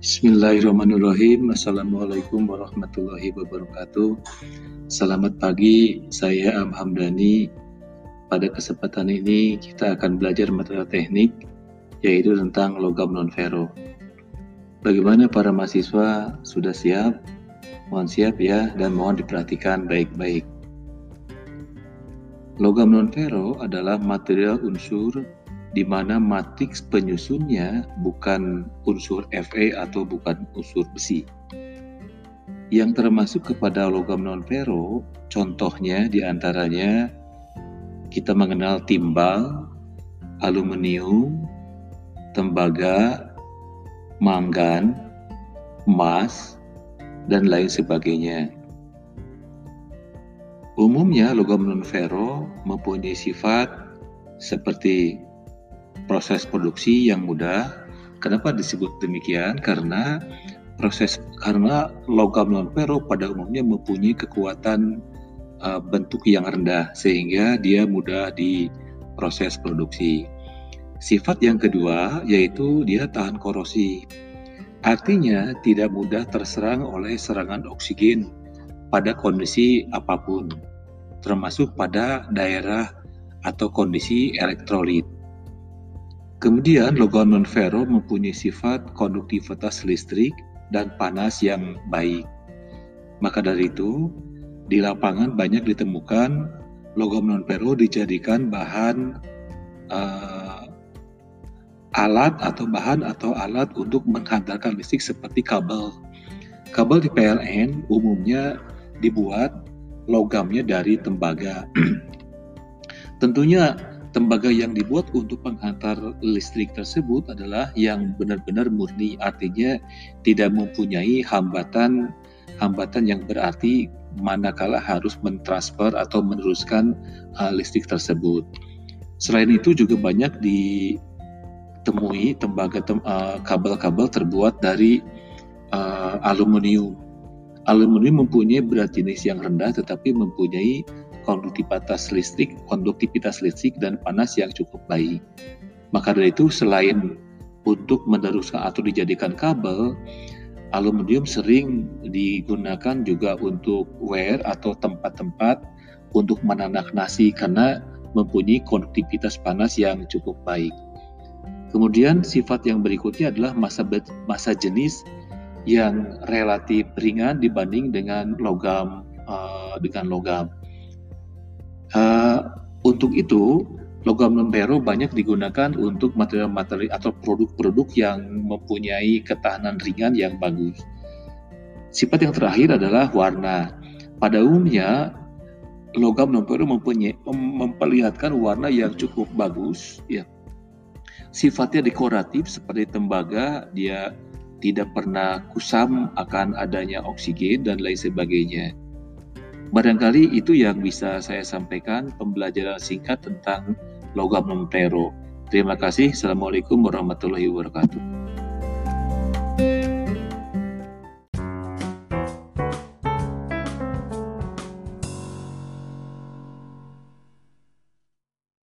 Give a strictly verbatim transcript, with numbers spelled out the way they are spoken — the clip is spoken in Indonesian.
Bismillahirrahmanirrahim. Assalamualaikum warahmatullahi wabarakatuh. Selamat pagi, saya Am Hamdani. Pada kesempatan ini kita akan belajar materi teknik, yaitu tentang logam non-ferro. Bagaimana para mahasiswa, sudah siap? Mohon siap ya, dan mohon diperhatikan baik-baik. Logam non-ferro adalah material unsur di mana matriks penyusunnya bukan unsur Fe atau bukan unsur besi. Yang termasuk kepada logam non-ferro, contohnya diantaranya kita mengenal timbal, aluminium, tembaga, mangan, emas, dan lain sebagainya. Umumnya logam non-ferro mempunyai sifat seperti proses produksi yang mudah. Kenapa disebut demikian? Karena proses karena logam non-ferro pada umumnya mempunyai kekuatan uh, bentuk yang rendah sehingga dia mudah diproses produksi. Sifat yang kedua yaitu dia tahan korosi. Artinya tidak mudah terserang oleh serangan oksigen pada kondisi apapun, termasuk pada daerah atau kondisi elektrolit. Kemudian logam non-ferro mempunyai sifat konduktivitas listrik dan panas yang baik. Maka dari itu, di lapangan banyak ditemukan logam non-ferro dijadikan bahan uh, alat atau bahan atau alat untuk menghantarkan listrik seperti kabel. Kabel di P L N umumnya dibuat logamnya dari tembaga. Tentunya tembaga yang dibuat untuk penghantar listrik tersebut adalah yang benar-benar murni, artinya tidak mempunyai hambatan hambatan yang berarti manakala harus mentransfer atau meneruskan uh, listrik tersebut. Selain itu juga banyak ditemui tembaga tem, uh, kabel-kabel terbuat dari uh, aluminium. Aluminium mempunyai berat jenis yang rendah tetapi mempunyai konduktivitas listrik, konduktivitas listrik dan panas yang cukup baik. Maka dari itu selain untuk meneruskan atau dijadikan kabel, aluminium sering digunakan juga untuk ware atau tempat-tempat untuk menanak nasi karena mempunyai konduktivitas panas yang cukup baik. Kemudian sifat yang berikutnya adalah massa, massa jenis yang relatif ringan dibanding dengan logam uh, dengan logam. Uh, untuk itu, logam non-ferro banyak digunakan untuk material-material atau produk-produk yang mempunyai ketahanan ringan yang bagus. Sifat yang terakhir adalah warna. Pada umumnya, logam non-ferro mempunyai memperlihatkan warna yang cukup bagus. Ya. Sifatnya dekoratif seperti tembaga, dia tidak pernah kusam akan adanya oksigen dan lain sebagainya. Barangkali itu yang bisa saya sampaikan pembelajaran singkat tentang logam non-ferro. Terima kasih. Assalamualaikum warahmatullahi wabarakatuh.